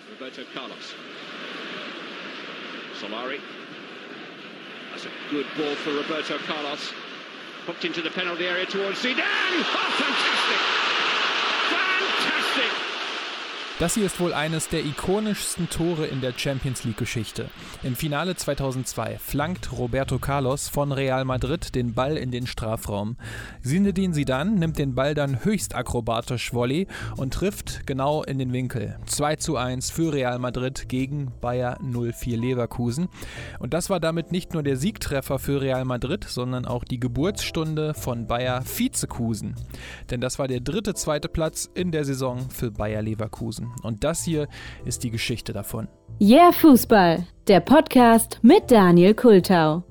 Roberto Carlos. Solari. That's a good ball for Roberto Carlos. Hooked into the penalty area towards Zidane. Oh, fantastic! Fantastic! Das hier ist wohl eines der ikonischsten Tore in der Champions-League-Geschichte. Im Finale 2002 flankt Roberto Carlos von Real Madrid den Ball in den Strafraum. Zinedine Zidane nimmt den Ball dann höchst akrobatisch Volley und trifft genau in den Winkel. 2:1 für Real Madrid gegen Bayer 04 Leverkusen. Und das war damit nicht nur der Siegtreffer für Real Madrid, sondern auch die Geburtsstunde von Bayer Vizekusen. Denn das war der zweite Platz in der Saison für Bayer Leverkusen. Und das hier ist die Geschichte davon. Yeah Fußball, der Podcast mit Daniel Kultau.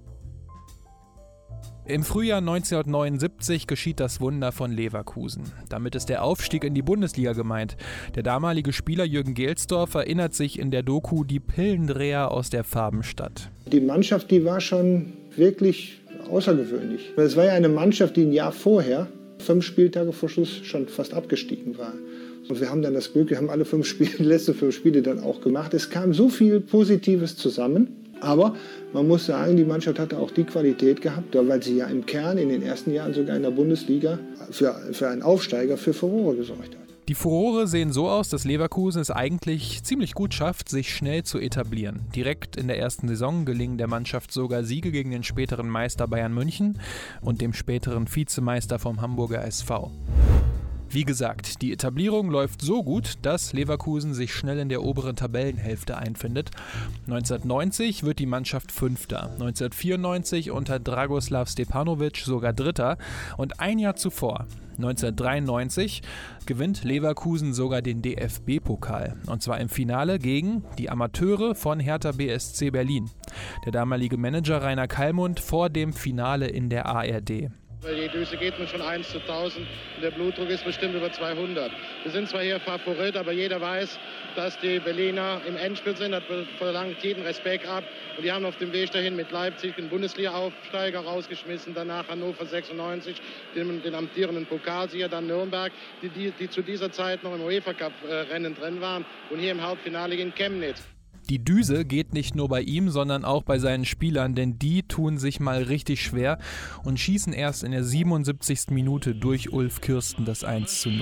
Im Frühjahr 1979 geschieht das Wunder von Leverkusen. Damit ist der Aufstieg in die Bundesliga gemeint. Der damalige Spieler Jürgen Gelsdorf erinnert sich in der Doku Die Pillendreher aus der Farbenstadt. Die Mannschaft, die war schon wirklich außergewöhnlich. Es war ja eine Mannschaft, die ein Jahr vorher, 5 Spieltage vor Schluss, schon fast abgestiegen war. Und wir haben dann das Glück, wir haben alle die letzten 5 Spiele dann auch gemacht. Es kam so viel Positives zusammen. Aber man muss sagen, die Mannschaft hatte auch die Qualität gehabt, weil sie ja im Kern in den ersten Jahren sogar in der Bundesliga für einen Aufsteiger für Furore gesorgt hat. Die Furore sehen so aus, dass Leverkusen es eigentlich ziemlich gut schafft, sich schnell zu etablieren. Direkt in der ersten Saison gelingen der Mannschaft sogar Siege gegen den späteren Meister Bayern München und dem späteren Vizemeister vom Hamburger SV. Wie gesagt, die Etablierung läuft so gut, dass Leverkusen sich schnell in der oberen Tabellenhälfte einfindet. 1990 wird die Mannschaft Fünfter, 1994 unter Dragoslav Stepanovic sogar Dritter und ein Jahr zuvor, 1993, gewinnt Leverkusen sogar den DFB-Pokal. Und zwar im Finale gegen die Amateure von Hertha BSC Berlin. Der damalige Manager Rainer Kallmund vor dem Finale in der ARD. Die Düse geht nun schon 1 zu 1000 und der Blutdruck ist bestimmt über 200. Wir sind zwar hier Favorit, aber jeder weiß, dass die Berliner im Endspiel sind. Das verlangt jeden Respekt ab. Und die haben auf dem Weg dahin mit Leipzig den Bundesliga-Aufsteiger rausgeschmissen, danach Hannover 96, den amtierenden Pokalsieger, dann Nürnberg, die zu dieser Zeit noch im UEFA-Cup-Rennen drin waren und hier im Halbfinale gegen Chemnitz. Die Düse geht nicht nur bei ihm, sondern auch bei seinen Spielern, denn die tun sich mal richtig schwer und schießen erst in der 77. Minute durch Ulf Kirsten das 1 zu 0.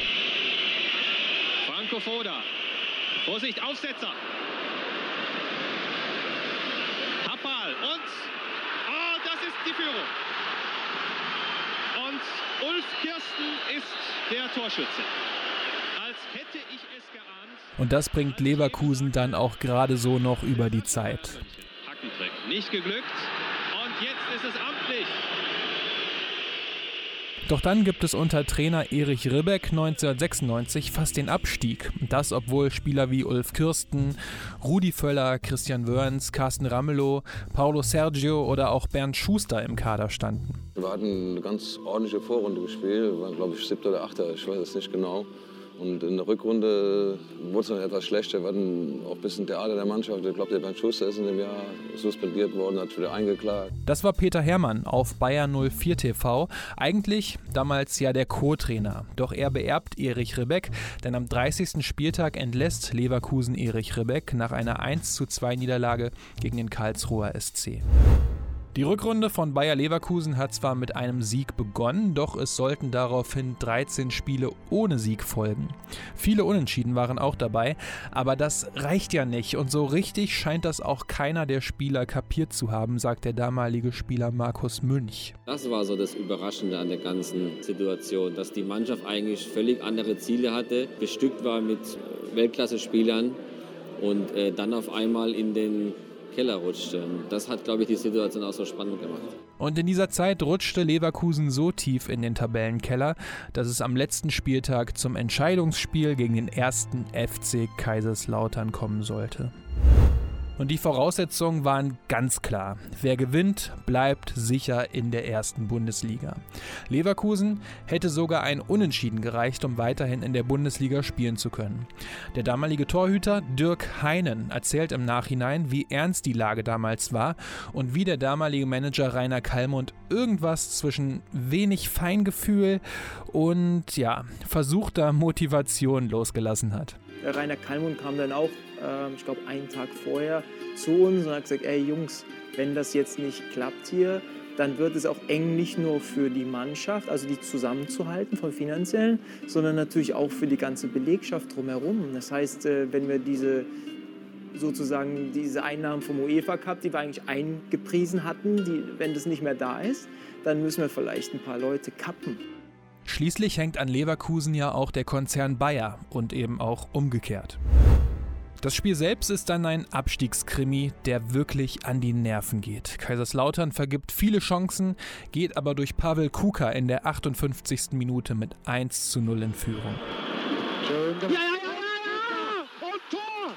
Franco Foda. Vorsicht, Aussetzer. Happal und... Oh, das ist die Führung. Und Ulf Kirsten ist der Torschütze. Als hätte ich es geahnt. Und das bringt Leverkusen dann auch gerade so noch über die Zeit. Hackentrick nicht geglückt und jetzt ist es amtlich. Doch dann gibt es unter Trainer Erich Ribbeck 1996 fast den Abstieg. Und das, obwohl Spieler wie Ulf Kirsten, Rudi Völler, Christian Wörns, Carsten Ramelow, Paulo Sergio oder auch Bernd Schuster im Kader standen. Wir hatten eine ganz ordentliche Vorrunde gespielt, wir waren glaube ich 7. oder 8., ich weiß es nicht genau. Und in der Rückrunde wurde es dann etwas schlechter. Wir hatten auch ein bisschen Theater der Mannschaft. Ich glaube, der Bernd Schuster ist in dem Jahr suspendiert worden, hat wieder eingeklagt. Das war Peter Herrmann auf Bayer 04 TV. Eigentlich damals ja der Co-Trainer. Doch er beerbt Erich Ribbeck, denn am 30. Spieltag entlässt Leverkusen Erich Ribbeck nach einer 1:2 Niederlage gegen den Karlsruher SC. Die Rückrunde von Bayer Leverkusen hat zwar mit einem Sieg begonnen, doch es sollten daraufhin 13 Spiele ohne Sieg folgen. Viele Unentschieden waren auch dabei, aber das reicht ja nicht und so richtig scheint das auch keiner der Spieler kapiert zu haben, sagt der damalige Spieler Markus Münch. Das war so das Überraschende an der ganzen Situation, dass die Mannschaft eigentlich völlig andere Ziele hatte, bestückt war mit Weltklasse-Spielern und dann auf einmal in den Keller rutschte. Das hat, glaube ich, die Situation auch so spannend gemacht. Und in dieser Zeit rutschte Leverkusen so tief in den Tabellenkeller, dass es am letzten Spieltag zum Entscheidungsspiel gegen den 1. FC Kaiserslautern kommen sollte. Und die Voraussetzungen waren ganz klar. Wer gewinnt, bleibt sicher in der ersten Bundesliga. Leverkusen hätte sogar ein Unentschieden gereicht, um weiterhin in der Bundesliga spielen zu können. Der damalige Torhüter Dirk Heinen erzählt im Nachhinein, wie ernst die Lage damals war und wie der damalige Manager Rainer Kallmund irgendwas zwischen wenig Feingefühl und versuchter Motivation losgelassen hat. Rainer Kallmund kam dann auch, ich glaube, einen Tag vorher zu uns und hat gesagt, ey Jungs, wenn das jetzt nicht klappt hier, dann wird es auch eng, nicht nur für die Mannschaft, also die zusammenzuhalten vom Finanziellen, sondern natürlich auch für die ganze Belegschaft drumherum. Das heißt, wenn wir diese Einnahmen vom UEFA Cup, die wir eigentlich eingepriesen hatten, wenn das nicht mehr da ist, dann müssen wir vielleicht ein paar Leute kappen. Schließlich hängt an Leverkusen ja auch der Konzern Bayer und eben auch umgekehrt. Das Spiel selbst ist dann ein Abstiegskrimi, der wirklich an die Nerven geht. Kaiserslautern vergibt viele Chancen, geht aber durch Pavel Kuka in der 58. Minute mit 1:0 in Führung. Ja! Und Tor!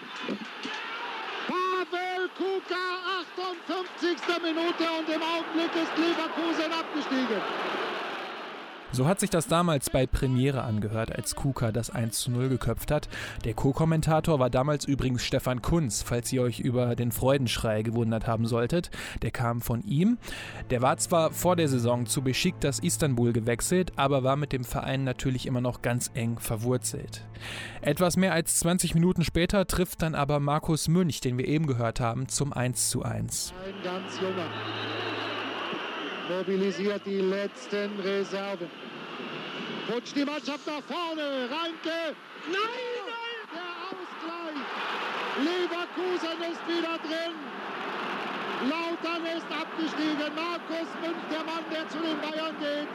Pavel Kuka, 58. Minute und im Augenblick ist Leverkusen abgestiegen. So hat sich das damals bei Premiere angehört, als Kuka das 1:0 geköpft hat. Der Co-Kommentator war damals übrigens Stefan Kunz, falls ihr euch über den Freudenschrei gewundert haben solltet. Der kam von ihm. Der war zwar vor der Saison zu Beşiktaş Istanbul gewechselt, aber war mit dem Verein natürlich immer noch ganz eng verwurzelt. Etwas mehr als 20 Minuten später trifft dann aber Markus Münch, den wir eben gehört haben, zum 1:1. Ein ganz junger. Mobilisiert die letzten Reserven. Rutscht die Mannschaft nach vorne. Reinke. Nein! Der Ausgleich. Leverkusen ist wieder drin. Lautern ist abgestiegen. Markus Münch, der Mann, der zu den Bayern geht.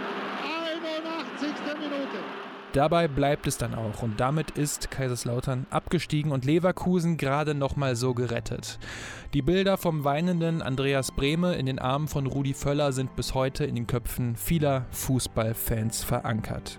81. Minute. Dabei bleibt es dann auch und damit ist Kaiserslautern abgestiegen und Leverkusen gerade noch mal so gerettet. Die Bilder vom weinenden Andreas Brehme in den Armen von Rudi Völler sind bis heute in den Köpfen vieler Fußballfans verankert.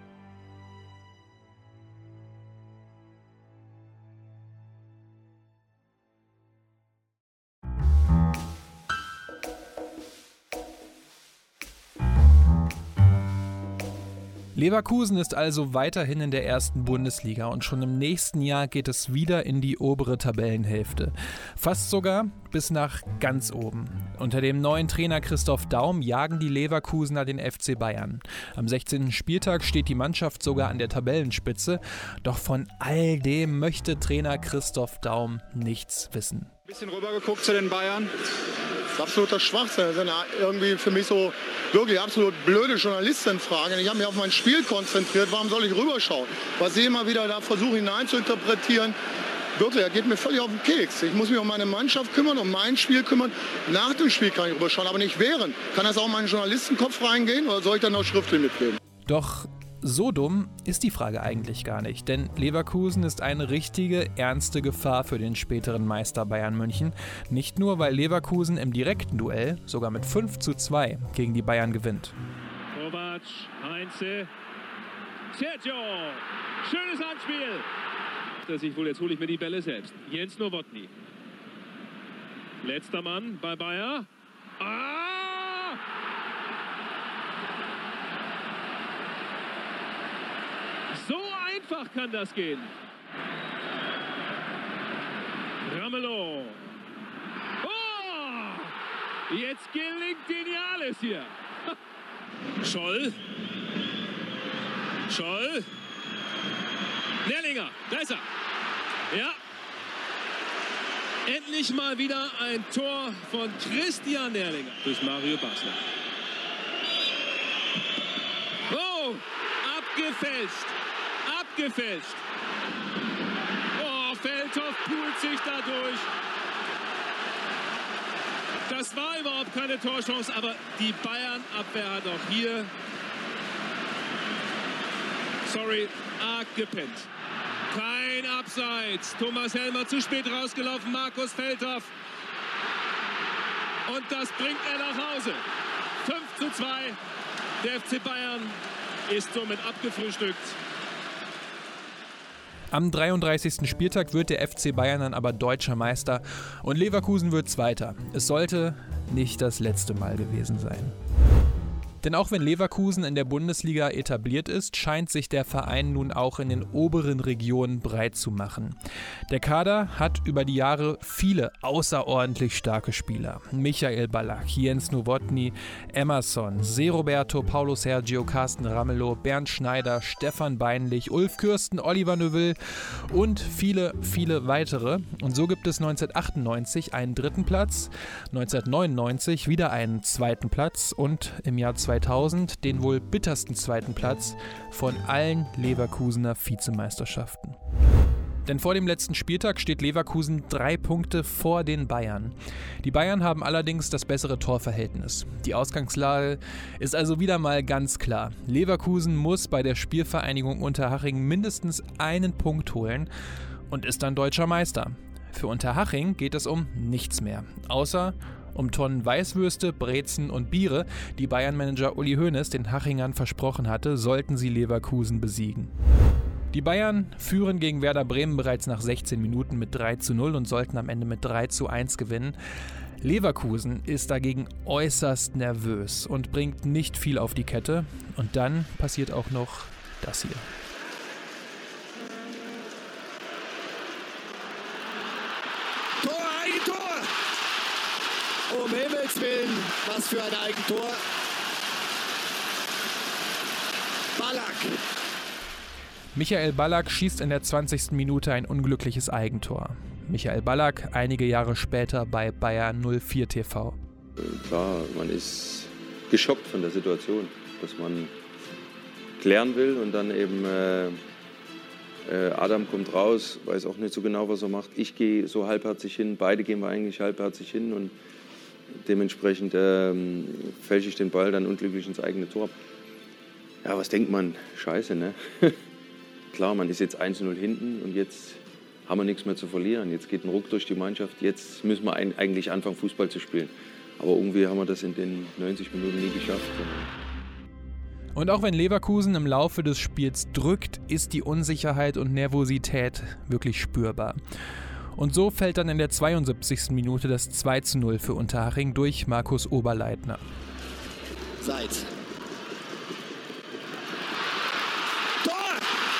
Leverkusen ist also weiterhin in der ersten Bundesliga und schon im nächsten Jahr geht es wieder in die obere Tabellenhälfte. Fast sogar bis nach ganz oben. Unter dem neuen Trainer Christoph Daum jagen die Leverkusener den FC Bayern. Am 16. Spieltag steht die Mannschaft sogar an der Tabellenspitze. Doch von all dem möchte Trainer Christoph Daum nichts wissen. Ein bisschen rübergeguckt zu den Bayern. Das ist absoluter Schwachsinn. Das sind irgendwie für mich so wirklich absolut blöde Journalistenfragen. Ich habe mich auf mein Spiel konzentriert. Warum soll ich rüberschauen? Was sie immer wieder da versuchen hineinzuinterpretieren, wirklich, das geht mir völlig auf den Keks. Ich muss mich um meine Mannschaft kümmern, um mein Spiel kümmern. Nach dem Spiel kann ich rüberschauen, aber nicht während. Kann das auch in meinen Journalistenkopf reingehen oder soll ich dann noch schriftlich mitgeben? Doch so dumm ist die Frage eigentlich gar nicht, denn Leverkusen ist eine richtige, ernste Gefahr für den späteren Meister Bayern München. Nicht nur, weil Leverkusen im direkten Duell sogar mit 5:2 gegen die Bayern gewinnt. Kovac, Heinze, Sergio, schönes Anspiel. Jetzt hole ich mir die Bälle selbst. Jens Nowotny. Letzter Mann bei Bayer. So einfach kann das gehen. Ramelow. Jetzt gelingt Geniales hier. Scholl. Nerlinger, da ist er. Ja. Endlich mal wieder ein Tor von Christian Nerlinger durch Mario Basler. Oh, abgefälscht. Oh, Feldhoff pult sich dadurch. Das war überhaupt keine Torchance, aber die Bayern-Abwehr hat auch hier, arg gepennt. Kein Abseits. Thomas Helmer zu spät rausgelaufen. Markus Feldhoff. Und das bringt er nach Hause. 5:2. Der FC Bayern ist somit abgefrühstückt. Am 33. Spieltag wird der FC Bayern dann aber deutscher Meister und Leverkusen wird Zweiter. Es sollte nicht das letzte Mal gewesen sein. Denn auch wenn Leverkusen in der Bundesliga etabliert ist, scheint sich der Verein nun auch in den oberen Regionen breit zu machen. Der Kader hat über die Jahre viele außerordentlich starke Spieler. Michael Ballack, Jens Nowotny, Emerson, Seroberto, Paulo Sergio, Carsten Ramelow, Bernd Schneider, Stefan Beinlich, Ulf Kürsten, Oliver Neuville und viele, viele weitere. Und so gibt es 1998 einen 3. Platz, 1999 wieder einen 2. Platz und im Jahr 2000 den wohl bittersten 2. Platz von allen Leverkusener Vizemeisterschaften. Denn vor dem letzten Spieltag steht Leverkusen 3 Punkte vor den Bayern. Die Bayern haben allerdings das bessere Torverhältnis. Die Ausgangslage ist also wieder mal ganz klar. Leverkusen muss bei der Spielvereinigung Unterhaching mindestens einen Punkt holen und ist dann deutscher Meister. Für Unterhaching geht es um nichts mehr, außer um Tonnen Weißwürste, Brezen und Biere, die Bayern-Manager Uli Hoeneß den Hachingern versprochen hatte, sollten sie Leverkusen besiegen. Die Bayern führen gegen Werder Bremen bereits nach 16 Minuten mit 3:0 und sollten am Ende mit 3:1 gewinnen. Leverkusen ist dagegen äußerst nervös und bringt nicht viel auf die Kette. Und dann passiert auch noch das hier. Um Himmels Willen, was für ein Eigentor. Ballack. Michael Ballack schießt in der 20. Minute ein unglückliches Eigentor. Michael Ballack einige Jahre später bei Bayer 04 TV. Klar, man ist geschockt von der Situation, dass man klären will und dann eben Adam kommt raus, weiß auch nicht so genau, was er macht. Ich gehe so halbherzig hin, beide gehen wir eigentlich halbherzig hin und dementsprechend fälsche ich den Ball dann unglücklich ins eigene Tor. Ja, was denkt man? Scheiße, ne? Klar, man ist jetzt 1:0 hinten und jetzt haben wir nichts mehr zu verlieren. Jetzt geht ein Ruck durch die Mannschaft, jetzt müssen wir eigentlich anfangen, Fußball zu spielen. Aber irgendwie haben wir das in den 90 Minuten nie geschafft. Und auch wenn Leverkusen im Laufe des Spiels drückt, ist die Unsicherheit und Nervosität wirklich spürbar. Und so fällt dann in der 72. Minute das 2:0 für Unterhaching durch Markus Oberleitner. Seitz. Tor!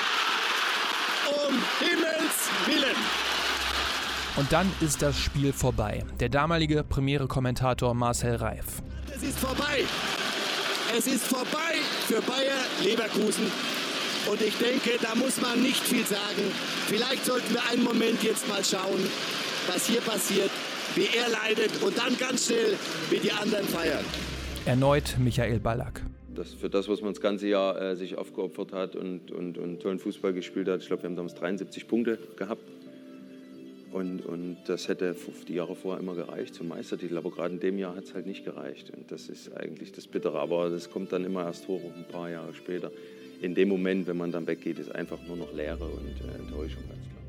Um Himmels Willen! Und dann ist das Spiel vorbei. Der damalige Premiere-Kommentator Marcel Reif. Es ist vorbei! Es ist vorbei für Bayer Leverkusen. Und ich denke, da muss man nicht viel sagen. Vielleicht sollten wir einen Moment jetzt mal schauen, was hier passiert, wie er leidet und dann ganz schnell, wie die anderen feiern. Erneut Michael Ballack. Für das, was man das ganze Jahr sich aufgeopfert hat und tollen Fußball gespielt hat, ich glaube, wir haben damals 73 Punkte gehabt. Und das hätte die Jahre vorher immer gereicht zum Meistertitel. Aber gerade in dem Jahr hat es halt nicht gereicht. Und das ist eigentlich das Bittere. Aber das kommt dann immer erst hoch, ein paar Jahre später. In dem Moment, wenn man dann weggeht, ist einfach nur noch Leere und Enttäuschung, ganz klar.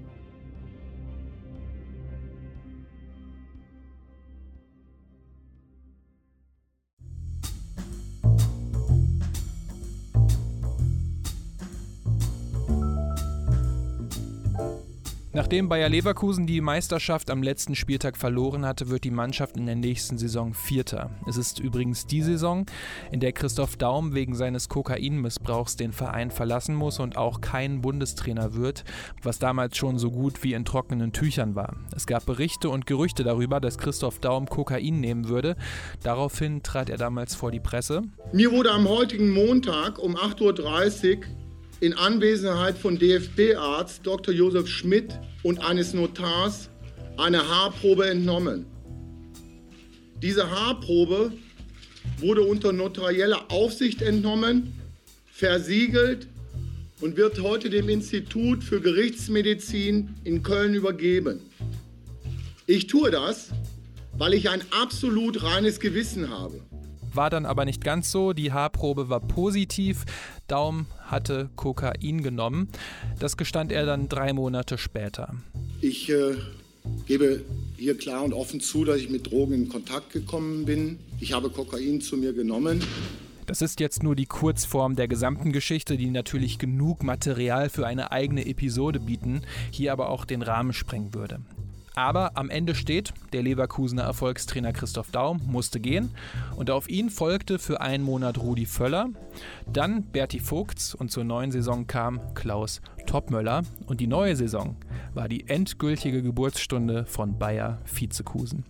Nachdem Bayer Leverkusen die Meisterschaft am letzten Spieltag verloren hatte, wird die Mannschaft in der nächsten Saison Vierter. Es ist übrigens die Saison, in der Christoph Daum wegen seines Kokainmissbrauchs den Verein verlassen muss und auch kein Bundestrainer wird, was damals schon so gut wie in trockenen Tüchern war. Es gab Berichte und Gerüchte darüber, dass Christoph Daum Kokain nehmen würde. Daraufhin trat er damals vor die Presse. Mir wurde am heutigen Montag um 8:30 Uhr in Anwesenheit von DFB-Arzt Dr. Josef Schmidt und eines Notars eine Haarprobe entnommen. Diese Haarprobe wurde unter notarieller Aufsicht entnommen, versiegelt und wird heute dem Institut für Gerichtsmedizin in Köln übergeben. Ich tue das, weil ich ein absolut reines Gewissen habe. War dann aber nicht ganz so. Die Haarprobe war positiv. Daum hatte Kokain genommen. Das gestand er dann 3 Monate später. Ich gebe hier klar und offen zu, dass ich mit Drogen in Kontakt gekommen bin. Ich habe Kokain zu mir genommen. Das ist jetzt nur die Kurzform der gesamten Geschichte, die natürlich genug Material für eine eigene Episode bieten, hier aber auch den Rahmen sprengen würde. Aber am Ende steht, der Leverkusener Erfolgstrainer Christoph Daum musste gehen und auf ihn folgte für einen Monat Rudi Völler, dann Berti Vogts und zur neuen Saison kam Klaus Toppmöller und die neue Saison war die endgültige Geburtsstunde von Bayer Vizekusen.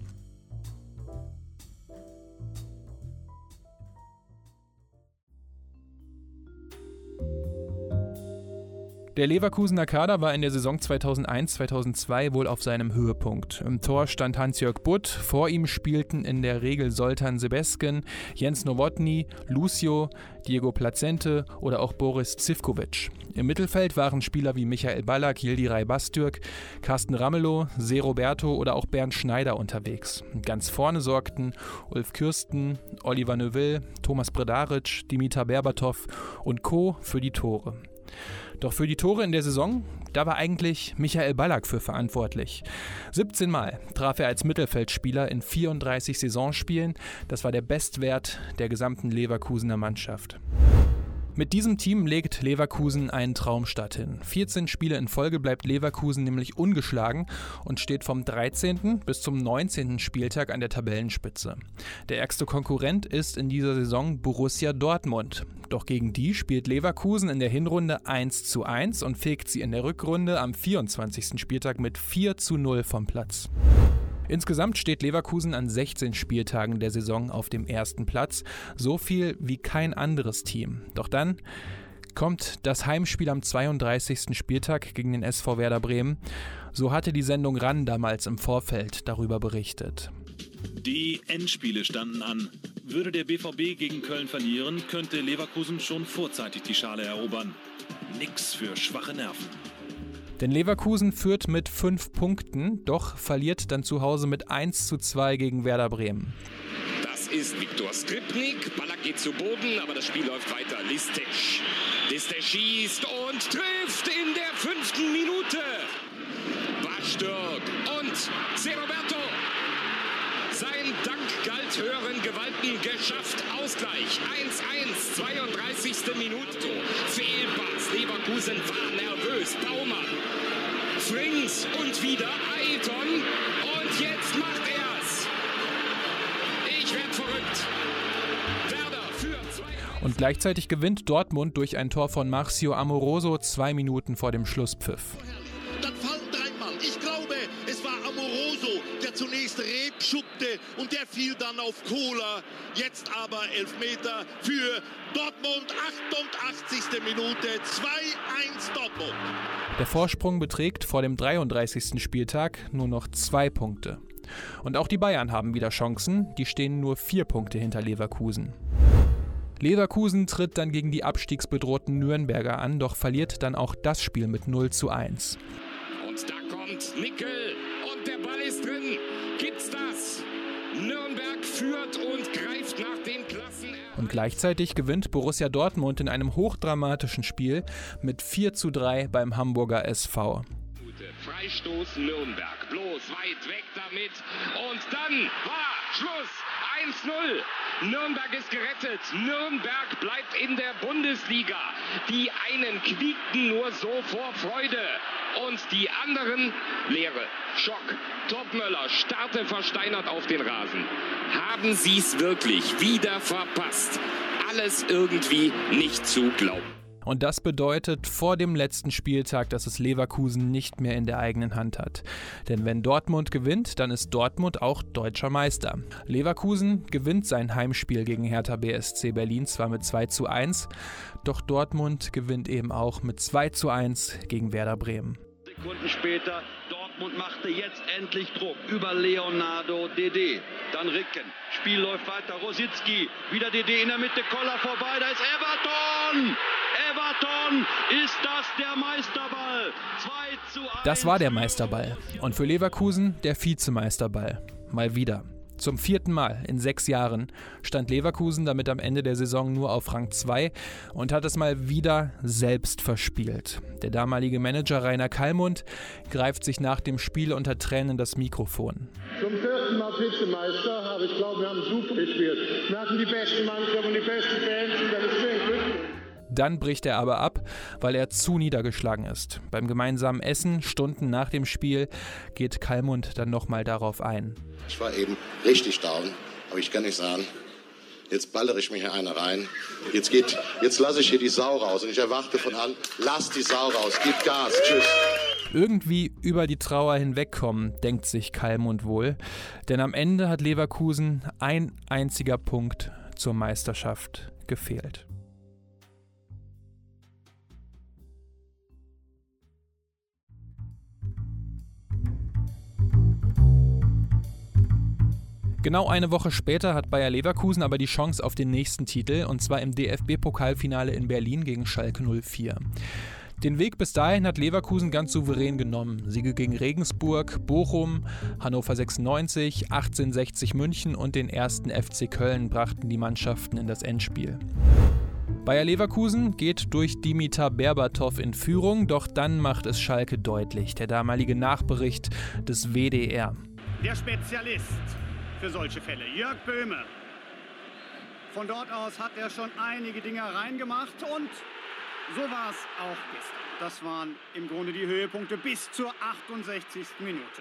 Der Leverkusener Kader war in der Saison 2001/2002 wohl auf seinem Höhepunkt. Im Tor stand Hans-Jörg Butt, vor ihm spielten in der Regel Zoltan Sebeskin, Jens Nowotny, Lucio, Diego Placente oder auch Boris Zivkovic. Im Mittelfeld waren Spieler wie Michael Ballack, Yildiray Bastürk, Carsten Ramelow, Se Roberto oder auch Bernd Schneider unterwegs. Ganz vorne sorgten Ulf Kürsten, Oliver Neuville, Thomas Bredaric, Dimitar Berbatov und Co. für die Tore. Doch für die Tore in der Saison, da war eigentlich Michael Ballack für verantwortlich. 17 Mal traf er als Mittelfeldspieler in 34 Saisonspielen. Das war der Bestwert der gesamten Leverkusener Mannschaft. Mit diesem Team legt Leverkusen einen Traumstart hin. 14 Spiele in Folge bleibt Leverkusen nämlich ungeschlagen und steht vom 13. bis zum 19. Spieltag an der Tabellenspitze. Der ärgste Konkurrent ist in dieser Saison Borussia Dortmund. Doch gegen die spielt Leverkusen in der Hinrunde 1:1 und fegt sie in der Rückrunde am 24. Spieltag mit 4:0 vom Platz. Insgesamt steht Leverkusen an 16 Spieltagen der Saison auf dem ersten Platz, so viel wie kein anderes Team. Doch dann kommt das Heimspiel am 32. Spieltag gegen den SV Werder Bremen. So hatte die Sendung RAN damals im Vorfeld darüber berichtet. Die Endspiele standen an. Würde der BVB gegen Köln verlieren, könnte Leverkusen schon vorzeitig die Schale erobern. Nix für schwache Nerven. Denn Leverkusen führt mit 5 Punkten, doch verliert dann zu Hause mit 1:2 gegen Werder Bremen. Das ist Viktor Skripnik. Ballack geht zu Boden, aber das Spiel läuft weiter. Listec schießt und trifft in der 5. Minute. Bastürk und Se Roberto. Sein Dank galt höheren Gewalten, geschafft. Ausgleich 1:1, 32. Minute. Fehlpass, Leverkusen war nervös. Baumann, Frings und wieder Aiton. Und jetzt macht er's. Ich werd verrückt. Werder für 2. Und gleichzeitig gewinnt Dortmund durch ein Tor von Marcio Amoroso 2 Minuten vor dem Schlusspfiff. Dann fallen 3 Mann. Ich glaube, es war Amoroso, der zunächst Reb schuppte und der fiel dann auf Kohler. Jetzt aber Elfmeter für Dortmund, 88. Minute, 2:1 Dortmund. Der Vorsprung beträgt vor dem 33. Spieltag nur noch 2 Punkte. Und auch die Bayern haben wieder Chancen, die stehen nur 4 Punkte hinter Leverkusen. Leverkusen tritt dann gegen die abstiegsbedrohten Nürnberger an, doch verliert dann auch das Spiel mit 0:1. Und da kommt Nickel und der Ball ist drin. Gibt's das? Nürnberg führt und greift nach dem Klassenerhalt. Und gleichzeitig gewinnt Borussia Dortmund in einem hochdramatischen Spiel mit 4:3 beim Hamburger SV. Freistoß Nürnberg, bloß weit weg damit und dann war Schluss, 1:0. Nürnberg ist gerettet, Nürnberg bleibt in der Bundesliga. Die einen quiekten nur so vor Freude und die anderen Leere, Schock. Toppmöller starrte versteinert auf den Rasen. Haben Sie es wirklich wieder verpasst? Alles irgendwie nicht zu glauben. Und das bedeutet vor dem letzten Spieltag, dass es Leverkusen nicht mehr in der eigenen Hand hat. Denn wenn Dortmund gewinnt, dann ist Dortmund auch deutscher Meister. Leverkusen gewinnt sein Heimspiel gegen Hertha BSC Berlin zwar mit 2:1, doch Dortmund gewinnt eben auch mit 2:1 gegen Werder Bremen. Sekunden später, Dortmund machte jetzt endlich Druck über Leonardo Dede. Dann Ricken, Spiel läuft weiter, Rositzky, wieder Dede in der Mitte, Koller vorbei, da ist Everton! Everton, ist das der Meisterball? 2:1. Das war der Meisterball und für Leverkusen der Vizemeisterball. Mal wieder. Zum 4. Mal in 6 Jahren stand Leverkusen damit am Ende der Saison nur auf Rang 2 und hat es mal wieder selbst verspielt. Der damalige Manager Rainer Kallmund greift sich nach dem Spiel unter Tränen das Mikrofon. Zum 4. Mal Vizemeister, aber ich glaube, wir haben super gespielt. Wir hatten die beste Mannschaft und die besten Fans und das ist schön Glück. Dann bricht er aber ab, weil er zu niedergeschlagen ist. Beim gemeinsamen Essen, Stunden nach dem Spiel, geht Kallmund dann nochmal darauf ein. Ich war eben richtig down, aber ich kann nicht sagen, jetzt ballere ich mir hier eine rein. Jetzt lasse ich hier die Sau raus und ich erwarte von allen, lass die Sau raus, gib Gas, tschüss. Irgendwie über die Trauer hinwegkommen, denkt sich Kallmund wohl. Denn am Ende hat Leverkusen ein einziger Punkt zur Meisterschaft gefehlt. Genau eine Woche später hat Bayer Leverkusen aber die Chance auf den nächsten Titel, und zwar im DFB-Pokalfinale in Berlin gegen Schalke 04. Den Weg bis dahin hat Leverkusen ganz souverän genommen. Siege gegen Regensburg, Bochum, Hannover 96, 1860 München und den 1. FC Köln brachten die Mannschaften in das Endspiel. Bayer Leverkusen geht durch Dimitar Berbatov in Führung, doch dann macht es Schalke deutlich, der damalige Nachbericht des WDR. Der Spezialist für solche Fälle, Jörg Böhme. Von dort aus hat er schon einige Dinge reingemacht und so war es auch gestern. Das waren im Grunde die Höhepunkte bis zur 68. Minute.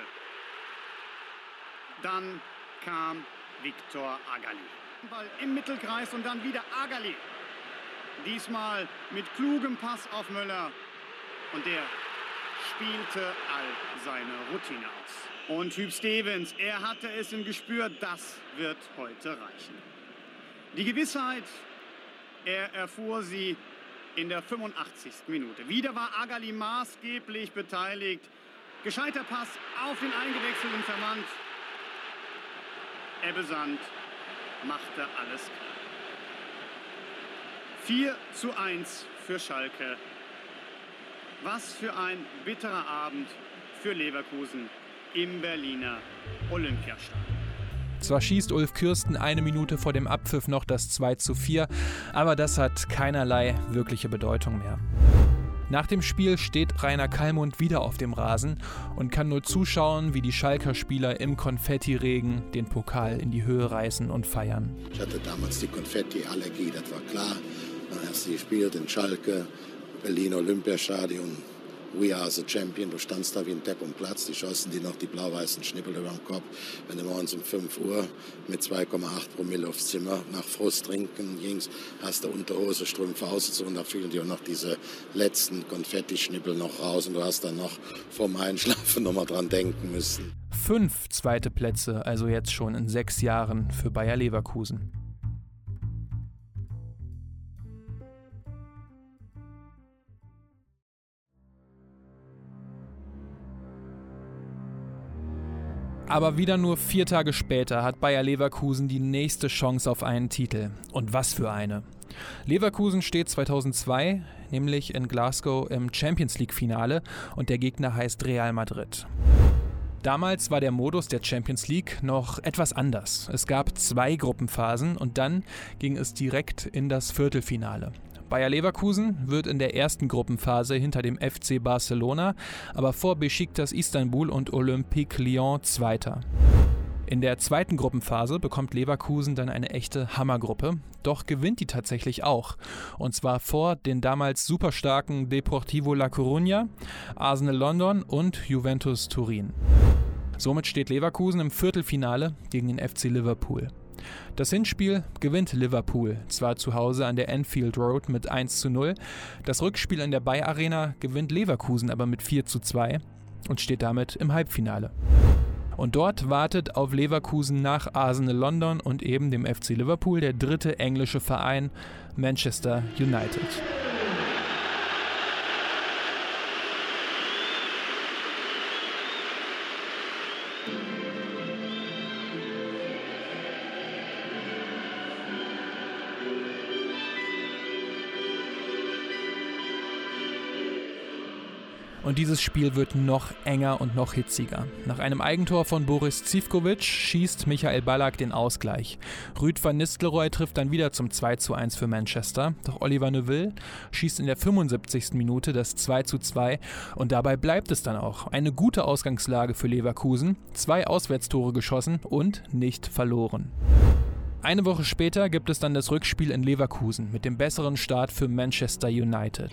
Dann kam Viktor Agali. Ball im Mittelkreis und dann wieder Agali. Diesmal mit klugem Pass auf Möller. Und der spielte all seine Routine aus. Und Huub Stevens, er hatte es im Gespür, das wird heute reichen. Die Gewissheit, er erfuhr sie in der 85. Minute. Wieder war Agali maßgeblich beteiligt. Gescheiter Pass auf den eingewechselten Vermand. Ebbe Sand machte alles klar. 4:1 für Schalke. Was für ein bitterer Abend für Leverkusen im Berliner Olympiastadion. Zwar schießt Ulf Kürsten eine Minute vor dem Abpfiff noch das 2:4, aber das hat keinerlei wirkliche Bedeutung mehr. Nach dem Spiel steht Rainer Kallmund wieder auf dem Rasen und kann nur zuschauen, wie die Schalker Spieler im Konfettiregen den Pokal in die Höhe reißen und feiern. Ich hatte damals die Konfetti-Allergie, das war klar. Dann hast du gespielt in Schalke, Berlin Olympiastadion. We are the champion. Du standst da wie ein Depp am Platz. Die schossen dir noch die blau-weißen Schnippel über den Kopf. Wenn du morgens um 5 Uhr mit 2,8 Promille aufs Zimmer nach Frust trinken gingst, hast du Unterhose, Strümpfe ausgezogen. Da fielen dir auch noch diese letzten Konfetti-Schnippel noch raus. Und du hast dann noch vorm Einschlafen noch mal dran denken müssen. 5 zweite Plätze, also jetzt schon in 6 Jahren für Bayer Leverkusen. Aber wieder nur 4 Tage später hat Bayer Leverkusen die nächste Chance auf einen Titel. Und was für eine. Leverkusen steht 2002 nämlich in Glasgow im Champions-League-Finale und der Gegner heißt Real Madrid. Damals war der Modus der Champions League noch etwas anders. Es gab 2 Gruppenphasen und dann ging es direkt in das Viertelfinale. Bayer Leverkusen wird in der ersten Gruppenphase hinter dem FC Barcelona, aber vor Beşiktaş Istanbul und Olympique Lyon Zweiter. In der zweiten Gruppenphase bekommt Leverkusen dann eine echte Hammergruppe, doch gewinnt die tatsächlich auch. Und zwar vor den damals superstarken Deportivo La Coruña, Arsenal London und Juventus Turin. Somit steht Leverkusen im Viertelfinale gegen den FC Liverpool. Das Hinspiel gewinnt Liverpool, zwar zu Hause an der Anfield Road mit 1:0. Das Rückspiel in der Bayer Arena gewinnt Leverkusen aber mit 4:2 und steht damit im Halbfinale. Und dort wartet auf Leverkusen nach Arsenal London und eben dem FC Liverpool der dritte englische Verein Manchester United. Und dieses Spiel wird noch enger und noch hitziger. Nach einem Eigentor von Boris Zivkovic schießt Michael Ballack den Ausgleich. Ruud van Nistelrooy trifft dann wieder zum 2:1 für Manchester. Doch Oliver Neuville schießt in der 75. Minute das 2:2 und dabei bleibt es dann auch. Eine gute Ausgangslage für Leverkusen, 2 Auswärtstore geschossen und nicht verloren. Eine Woche später gibt es dann das Rückspiel in Leverkusen mit dem besseren Start für Manchester United.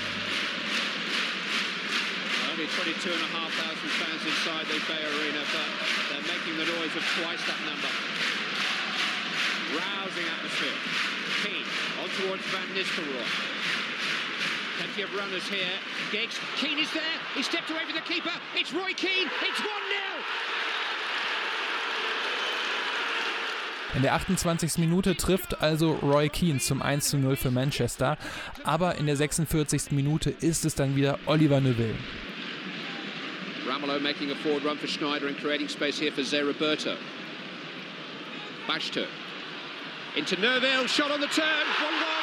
Only 22,500 fans inside the Bay Arena, but they're making the noise of twice that number. Rousing atmosphere. Keane on towards Van Nistelrooy. Plenty of runners here. Giggs. Keane is there. He stepped away from the keeper. It's Roy Keane. It's 1-0. In der 28. Minute trifft also Roy Keane zum 1:0 für Manchester. Aber in der 46. Minute ist es dann wieder Oliver Neuville. Ramelow making a forward run for Schneider and creating space here for Zé Roberto. Bashter. Into Neuville, shot on the turn, 1-1.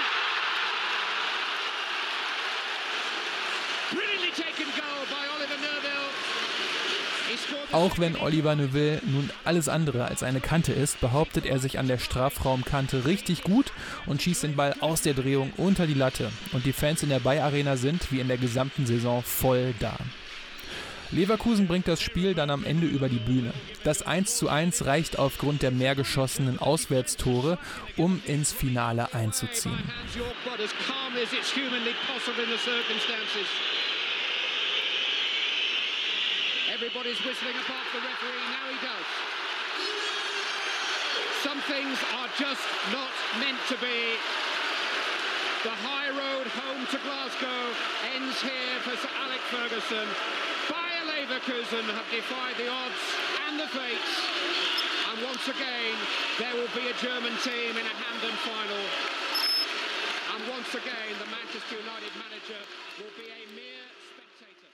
Brilliantly taken goal by Oliver Neuville. Auch wenn Oliver Neuville nun alles andere als eine Kante ist, behauptet er sich an der Strafraumkante richtig gut und schießt den Ball aus der Drehung unter die Latte. Und die Fans in der Bay Arena sind, wie in der gesamten Saison, voll da. Leverkusen bringt das Spiel dann am Ende über die Bühne. Das 1:1 reicht aufgrund der mehr geschossenen Auswärtstore, um ins Finale einzuziehen. Everybody's whistling apart the referee, now he does. Some things are just not meant to be. The high road home to Glasgow ends here for Sir Alex Ferguson. Bayer Leverkusen have defied the odds and the fates. And once again, there will be a German team in a Hampden final. And once again, the Manchester United manager will be a mere spectator.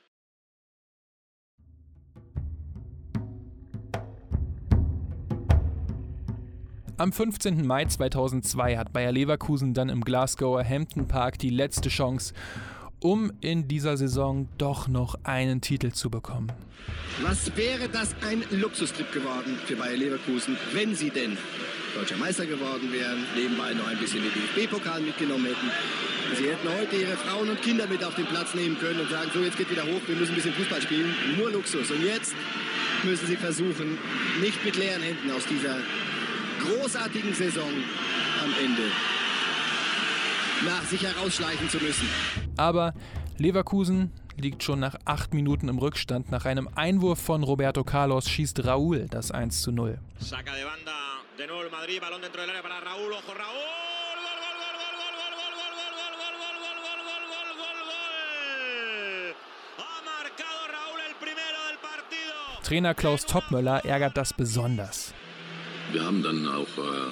Am 15. Mai 2002 hat Bayer Leverkusen dann im Glasgower Hampden Park die letzte Chance, um in dieser Saison doch noch einen Titel zu bekommen. Was wäre das ein Luxustrip geworden für Bayer Leverkusen, wenn sie denn Deutscher Meister geworden wären, nebenbei noch ein bisschen den DFB-Pokal mitgenommen hätten. Sie hätten heute ihre Frauen und Kinder mit auf den Platz nehmen können und sagen, so jetzt geht wieder hoch, wir müssen ein bisschen Fußball spielen. Nur Luxus. Und jetzt müssen sie versuchen, nicht mit leeren Händen aus dieser großartigen Saison am Ende nach sich herausschleichen zu müssen. Aber Leverkusen liegt schon nach 8 Minuten im Rückstand. Nach einem Einwurf von Roberto Carlos schießt Raúl das 1:0. Saca de banda de nuevo el Madrid, balón dentro del área para Raúl, ojo Raúl. Trainer Klaus Toppmöller ärgert das besonders. Wir haben dann auch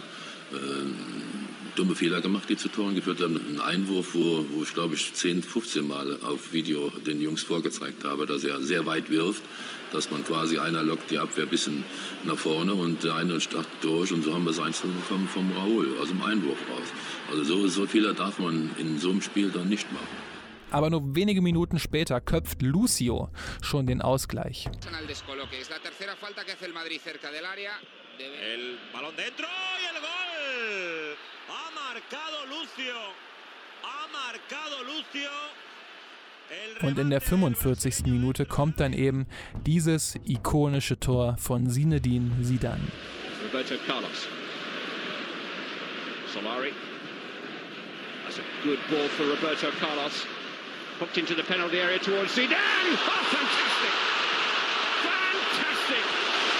dumme Fehler gemacht, die zu Toren geführt haben. Ein Einwurf, wo ich glaube ich 10, 15 Mal auf Video den Jungs vorgezeigt habe, dass er sehr weit wirft, dass man quasi einer lockt die Abwehr ein bisschen nach vorne und der eine startet durch und so haben wir es 1 vom Raúl aus dem Einwurf raus. Also so Fehler darf man in so einem Spiel dann nicht machen. Aber nur wenige Minuten später köpft Lucio schon den Ausgleich. El balón dentro y el gol. Ha marcado Lucio. Ha marcado Lucio. Und in der 45. Minute kommt dann eben dieses ikonische Tor von Zinedine Zidane. Roberto Carlos. Solari. That's a good ball for Roberto Carlos. Hooked into the penalty area towards Zidane. Oh, fantastic! Fantastic!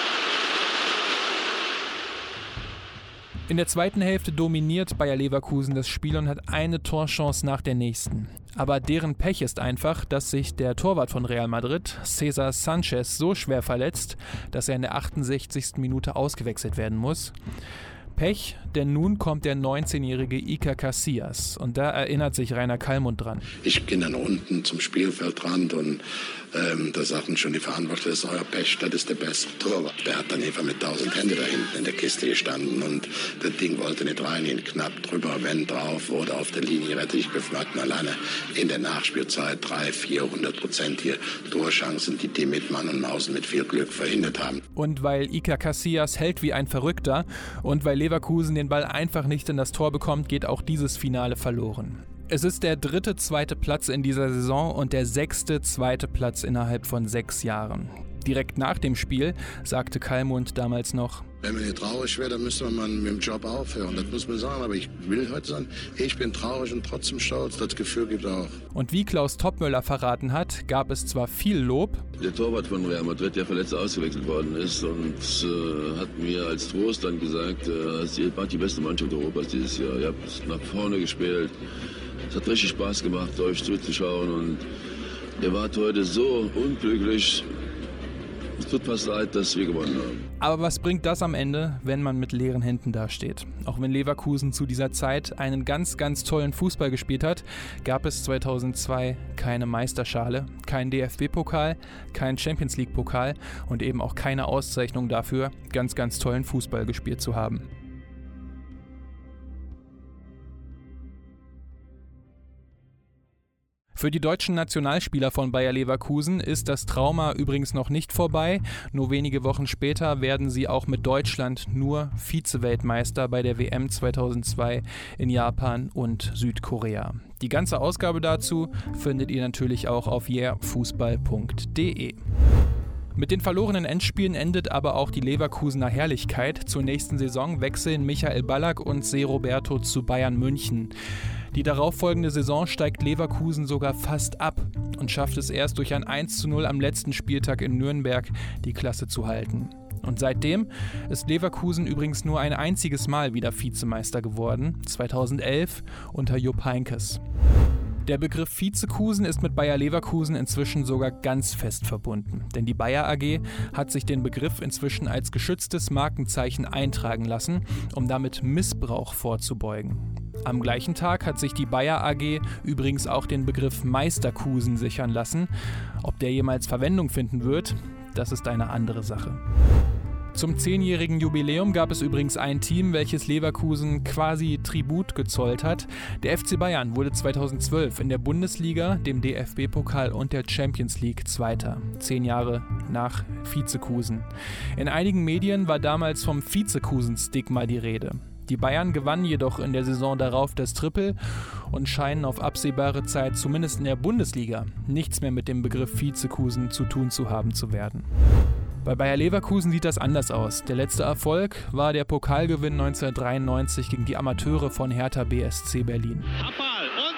In der zweiten Hälfte dominiert Bayer Leverkusen das Spiel und hat eine Torchance nach der nächsten. Aber deren Pech ist einfach, dass sich der Torwart von Real Madrid, César Sanchez, so schwer verletzt, dass er in der 68. Minute ausgewechselt werden muss. Pech, denn nun kommt der 19-jährige Iker Casillas und da erinnert sich Rainer Kallmund dran. Ich ging dann unten zum Spielfeldrand und da sagten schon die Verantwortlichen, das ist euer Pech, das ist der beste Torwart. Der hat dann einfach mit 1000 Händen da hinten in der Kiste gestanden und das Ding wollte nicht reingehen, knapp drüber, wenn drauf oder auf der Linie hätte ich gefragt, alleine in der Nachspielzeit 300-400% hier Torchancen, die mit Mann und Maus mit viel Glück verhindert haben. Und weil Iker Casillas hält wie ein Verrückter und weil Leverkusen den Ball einfach nicht in das Tor bekommt, geht auch dieses Finale verloren. Es ist der 3. zweite Platz in dieser Saison und der 6. zweite Platz innerhalb von 6 Jahren. Direkt nach dem Spiel sagte Kallmund damals noch: Wenn man hier traurig wäre, dann müsste man mit dem Job aufhören. Das muss man sagen. Aber ich will heute sagen, ich bin traurig und trotzdem stolz. Das Gefühl gibt es auch. Und wie Klaus Toppmöller verraten hat, gab es zwar viel Lob. Der Torwart von Real Madrid, der verletzt ausgewechselt worden ist und hat mir als Trost dann gesagt, ihr wart die beste Mannschaft Europas dieses Jahr. Ihr habt nach vorne gespielt. Es hat richtig Spaß gemacht, euch zuzuschauen und ihr wart heute so unglücklich. Es tut fast leid, dass wir gewonnen haben. Aber was bringt das am Ende, wenn man mit leeren Händen dasteht? Auch wenn Leverkusen zu dieser Zeit einen ganz, ganz tollen Fußball gespielt hat, gab es 2002 keine Meisterschale, keinen DFB-Pokal, keinen Champions-League-Pokal und eben auch keine Auszeichnung dafür, ganz, ganz tollen Fußball gespielt zu haben. Für die deutschen Nationalspieler von Bayer Leverkusen ist das Trauma übrigens noch nicht vorbei. Nur wenige Wochen später werden sie auch mit Deutschland nur Vize-Weltmeister bei der WM 2002 in Japan und Südkorea. Die ganze Ausgabe dazu findet ihr natürlich auch auf yeahfußball.de. Mit den verlorenen Endspielen endet aber auch die Leverkusener Herrlichkeit. Zur nächsten Saison wechseln Michael Ballack und Se Roberto zu Bayern München. Die darauffolgende Saison steigt Leverkusen sogar fast ab und schafft es erst durch ein 1:0 am letzten Spieltag in Nürnberg, die Klasse zu halten. Und seitdem ist Leverkusen übrigens nur ein einziges Mal wieder Vizemeister geworden, 2011 unter Jupp Heynckes. Der Begriff Vizekusen ist mit Bayer Leverkusen inzwischen sogar ganz fest verbunden, denn die Bayer AG hat sich den Begriff inzwischen als geschütztes Markenzeichen eintragen lassen, um damit Missbrauch vorzubeugen. Am gleichen Tag hat sich die Bayer AG übrigens auch den Begriff Meisterkusen sichern lassen. Ob der jemals Verwendung finden wird, das ist eine andere Sache. Zum 10-jährigen Jubiläum gab es übrigens ein Team, welches Leverkusen quasi Tribut gezollt hat. Der FC Bayern wurde 2012 in der Bundesliga, dem DFB-Pokal und der Champions League Zweiter. 10 Jahre nach Vizekusen. In einigen Medien war damals vom Vizekusen-Stigma die Rede. Die Bayern gewannen jedoch in der Saison darauf das Triple und scheinen auf absehbare Zeit, zumindest in der Bundesliga, nichts mehr mit dem Begriff Vizekusen zu tun zu haben zu werden. Bei Bayer Leverkusen sieht das anders aus. Der letzte Erfolg war der Pokalgewinn 1993 gegen die Amateure von Hertha BSC Berlin. Abfall und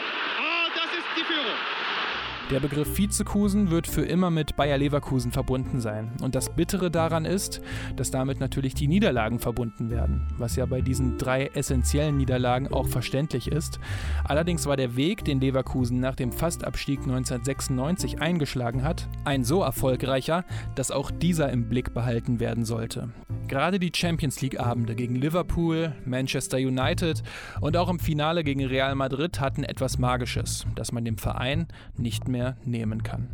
das ist die Führung. Der Begriff Vizekusen wird für immer mit Bayer Leverkusen verbunden sein. Und das Bittere daran ist, dass damit natürlich die Niederlagen verbunden werden, was ja bei diesen 3 essentiellen Niederlagen auch verständlich ist. Allerdings war der Weg, den Leverkusen nach dem Fastabstieg 1996 eingeschlagen hat, ein so erfolgreicher, dass auch dieser im Blick behalten werden sollte. Gerade die Champions-League-Abende gegen Liverpool, Manchester United und auch im Finale gegen Real Madrid hatten etwas Magisches, das man dem Verein nicht mehr nehmen kann.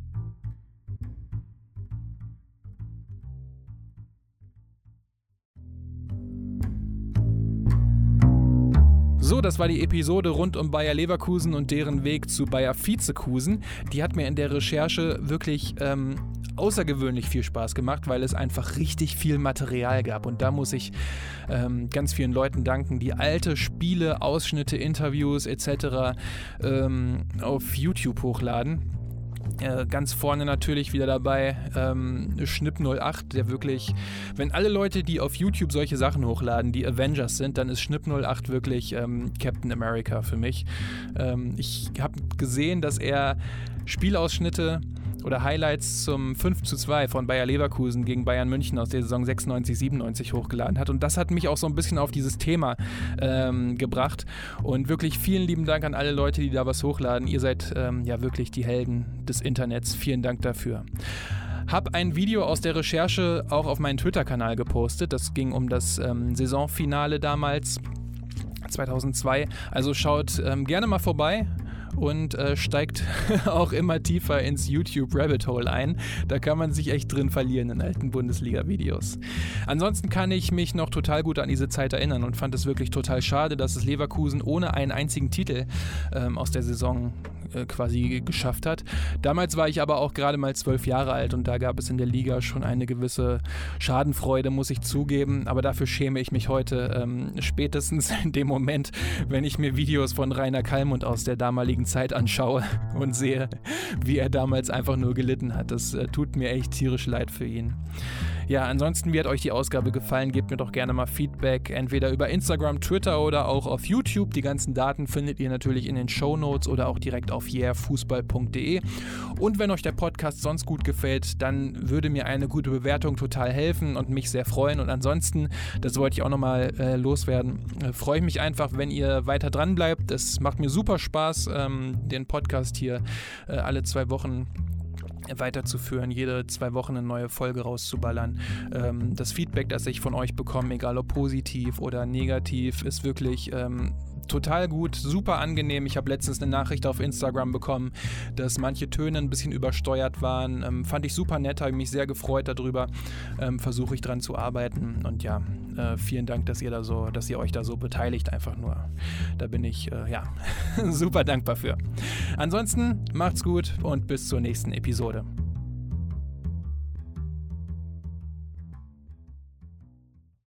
So, das war die Episode rund um Bayer Leverkusen und deren Weg zu Bayer Vizekusen. Die hat mir in der Recherche wirklich außergewöhnlich viel Spaß gemacht, weil es einfach richtig viel Material gab. Und da muss ich ganz vielen Leuten danken, die alte Spiele, Ausschnitte, Interviews etc. Auf YouTube hochladen. Ganz vorne natürlich wieder dabei Schnipp 08, der wirklich, wenn alle Leute, die auf YouTube solche Sachen hochladen, die Avengers sind, dann ist Schnipp 08 wirklich Captain America für mich. Ich habe gesehen, dass er Spielausschnitte oder Highlights zum 5:2 von Bayer Leverkusen gegen Bayern München aus der Saison 96/97 hochgeladen hat. Und das hat mich auch so ein bisschen auf dieses Thema gebracht. Und wirklich vielen lieben Dank an alle Leute, die da was hochladen. Ihr seid ja wirklich die Helden des Internets. Vielen Dank dafür. Hab ein Video aus der Recherche auch auf meinen Twitter-Kanal gepostet. Das ging um das Saisonfinale damals, 2002. Also schaut gerne mal vorbei. Und steigt auch immer tiefer ins YouTube-Rabbit-Hole ein. Da kann man sich echt drin verlieren in alten Bundesliga-Videos. Ansonsten kann ich mich noch total gut an diese Zeit erinnern und fand es wirklich total schade, dass es Leverkusen ohne einen einzigen Titel aus der Saison quasi geschafft hat. Damals war ich aber auch gerade mal 12 Jahre alt und da gab es in der Liga schon eine gewisse Schadenfreude, muss ich zugeben. Aber dafür schäme ich mich heute spätestens in dem Moment, wenn ich mir Videos von Rainer Kallmund aus der damaligen heutigen Zeit anschaue und sehe, wie er damals einfach nur gelitten hat. Das tut mir echt tierisch leid für ihn. Ja, ansonsten, wie hat euch die Ausgabe gefallen? Gebt mir doch gerne mal Feedback, entweder über Instagram, Twitter oder auch auf YouTube. Die ganzen Daten findet ihr natürlich in den Shownotes oder auch direkt auf yeahfußball.de. Und wenn euch der Podcast sonst gut gefällt, dann würde mir eine gute Bewertung total helfen und mich sehr freuen. Und ansonsten, das wollte ich auch nochmal loswerden, freue ich mich einfach, wenn ihr weiter dran bleibt. Es macht mir super Spaß, den Podcast hier alle 2 Wochen weiterzuführen, jede 2 Wochen eine neue Folge rauszuballern. Das Feedback, das ich von euch bekomme, egal ob positiv oder negativ, ist wirklich total gut, super angenehm. Ich habe letztens eine Nachricht auf Instagram bekommen, dass manche Töne ein bisschen übersteuert waren. Fand ich super nett, habe mich sehr gefreut darüber. Versuche ich dran zu arbeiten. Und ja, vielen Dank, dass ihr euch da so beteiligt, einfach nur. Da bin ich super dankbar für. Ansonsten macht's gut und bis zur nächsten Episode.